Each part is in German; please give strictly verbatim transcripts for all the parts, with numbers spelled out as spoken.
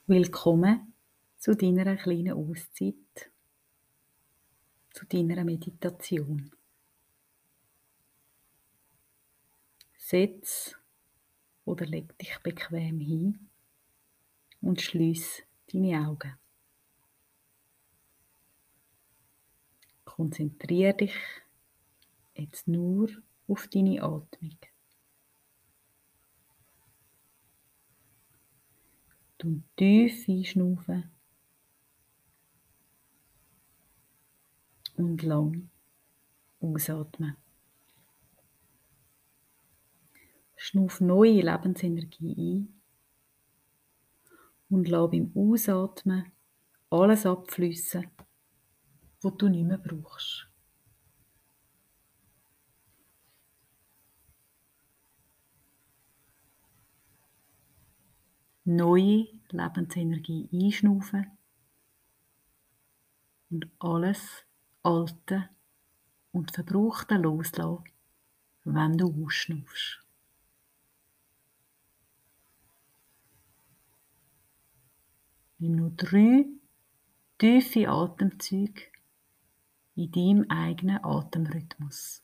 Willkommen zu deiner kleinen Auszeit, zu deiner Meditation. Setz oder leg dich bequem hin und schließ deine Augen. Konzentriere dich jetzt nur auf deine Atmung. Du tief einschnaufen und lang ausatmen. Schnauf neue Lebensenergie ein und lass beim Ausatmen alles abfließen, was du nicht mehr brauchst. Neue Lebensenergie einschnaufen und alles Alte und Verbrauchte loslassen, wenn du ausschnaufst. Nimm nur drei tiefe Atemzüge in deinem eigenen Atemrhythmus.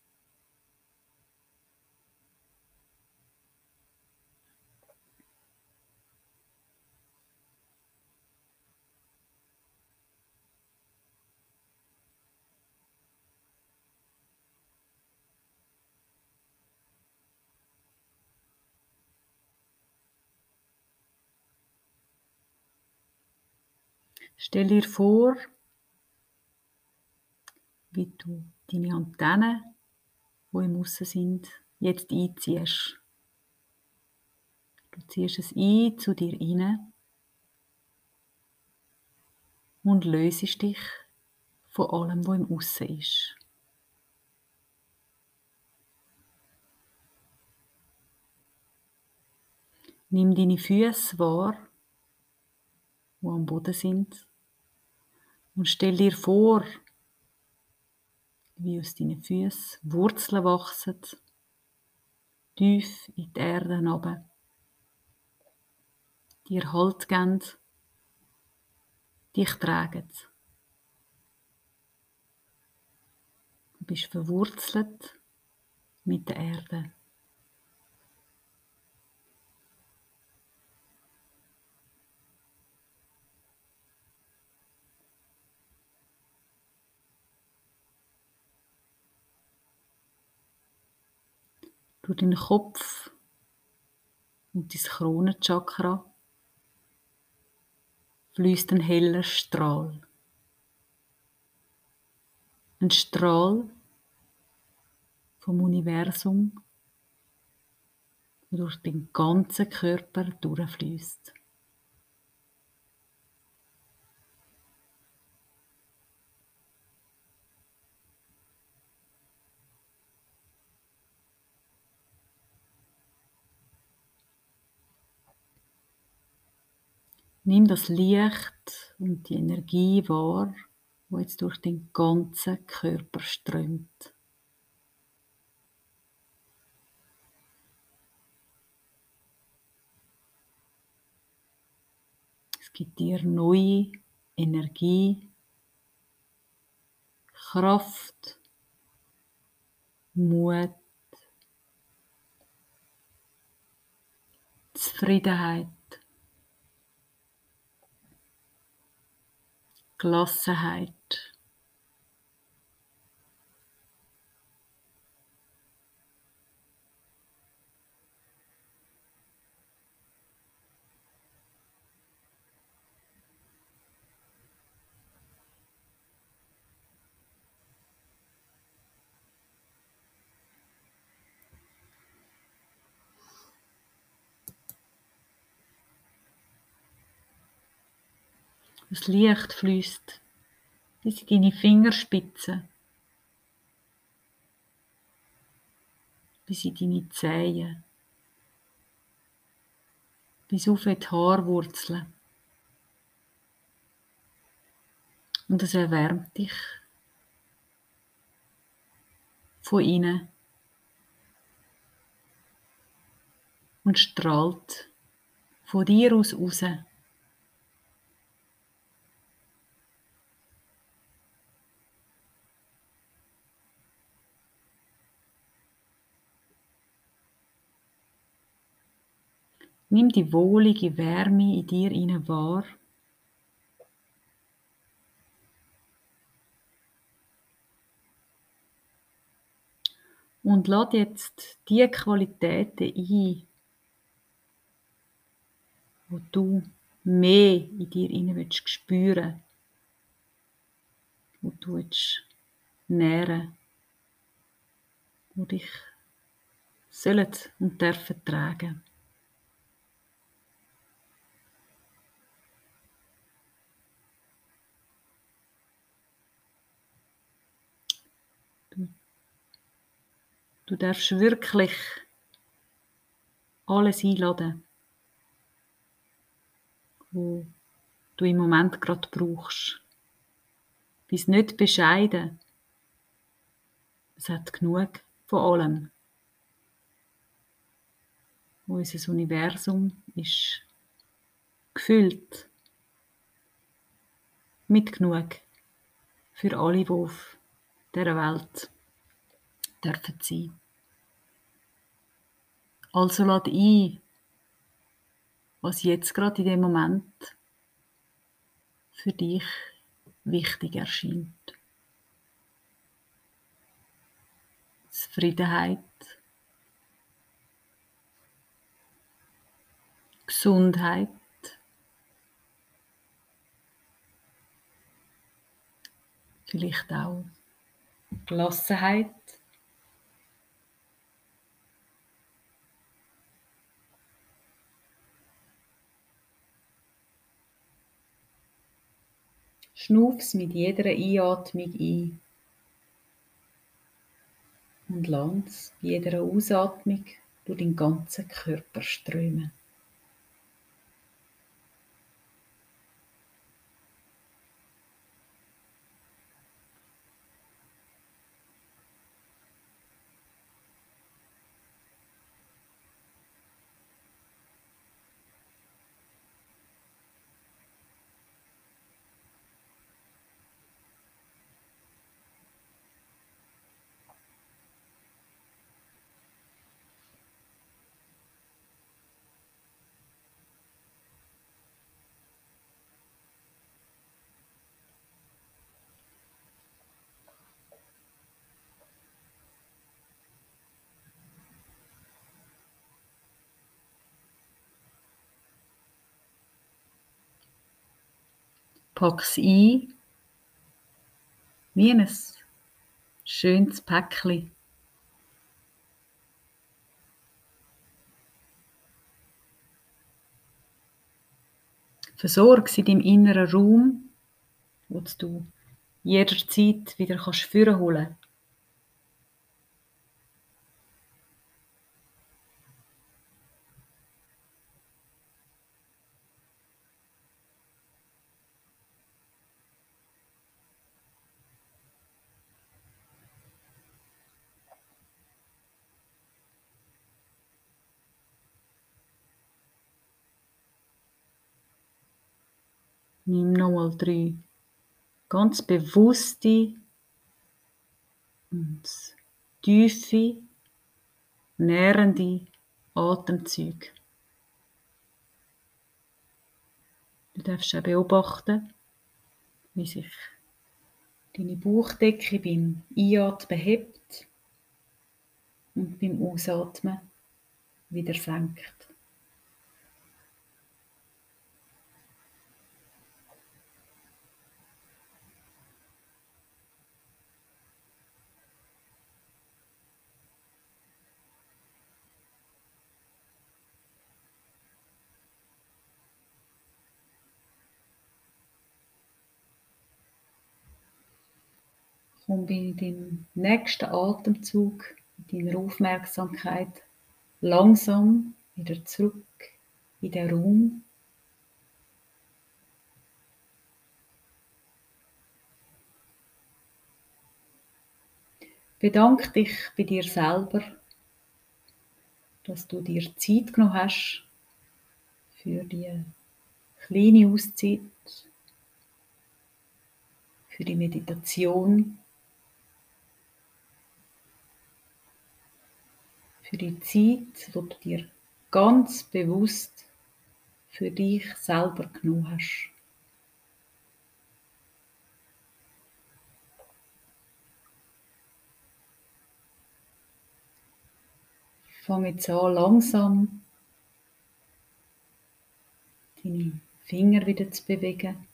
Stell dir vor, wie du deine Antennen, die im Aussen sind, jetzt einziehst. Du ziehst es ein zu dir rein und löst dich von allem, was im Aussen ist. Nimm deine Füße wahr, die am Boden sind, und stell dir vor, wie aus deinen Füßen Wurzeln wachsen, tief in die Erde hinunter, dir Halt geben, dich tragen. Du bist verwurzelt mit der Erde. Durch deinen Kopf und dein Kronenchakra fließt ein heller Strahl. Ein Strahl vom Universum, der durch den ganzen Körper durchfließt. Nimm das Licht und die Energie wahr, die jetzt durch den ganzen Körper strömt. Es gibt dir neue Energie, Kraft, Mut, Zufriedenheit, Gelassenheit. Das Licht fließt bis in deine Fingerspitzen, bis in deine Zehen, bis auf die Haarwurzeln. Und es erwärmt dich von innen und strahlt von dir aus raus Nimm die wohlige Wärme in dir inne wahr. Und lad jetzt die Qualitäten ein, wo du mehr in dir inne willst spüren, wo du willst nähren, wo dich sollen und dürfen tragen. Du, du darfst wirklich alles einladen, wo du im Moment gerade brauchst. Bist nicht bescheiden. Es hat genug von allem. Unser Universum ist gefüllt mit genug für alle, die auf dieser Welt dürfen sein. Also lad ein, was jetzt gerade in dem Moment für dich wichtig erscheint. Zufriedenheit, Gesundheit, vielleicht auch Gelassenheit, schnauf's mit jeder Einatmung ein und lass bei jeder Ausatmung durch den ganzen Körper strömen. Pack's ein wie ein schönes Päckchen. Versorge sie in deinem inneren Raum, wo du jederzeit wieder kannst holen kannst. Nimm nochmal drei ganz bewusste und tiefe, nährende Atemzüge. Du darfst auch beobachten, wie sich deine Bauchdecke beim Einatmen hebt und beim Ausatmen wieder senkt. Komm bei deinem nächsten Atemzug mit deiner Aufmerksamkeit langsam wieder zurück in den Raum. Bedank dich bei dir selber, dass du dir Zeit genommen hast für die kleine Auszeit, für die Meditation, für die Zeit, wo du dir ganz bewusst für dich selber genommen hast. Fang jetzt an, langsam deine Finger wieder zu bewegen,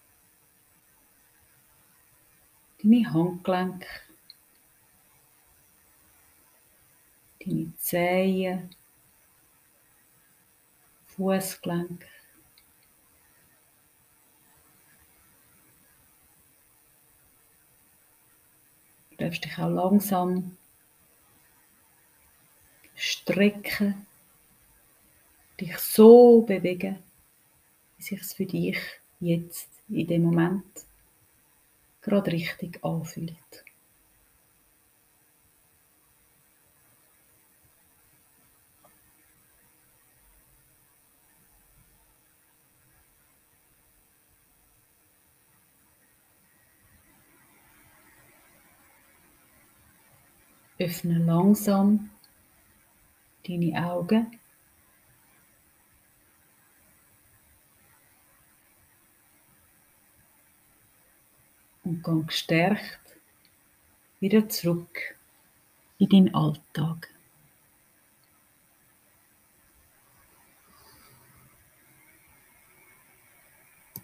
deine Handgelenke, deine Zehen, Fußgelenke. Du darfst dich auch langsam strecken, dich so bewegen, wie sich es für dich jetzt in dem Moment gerade richtig anfühlt. Öffne langsam deine Augen und geh gestärkt wieder zurück in deinen Alltag.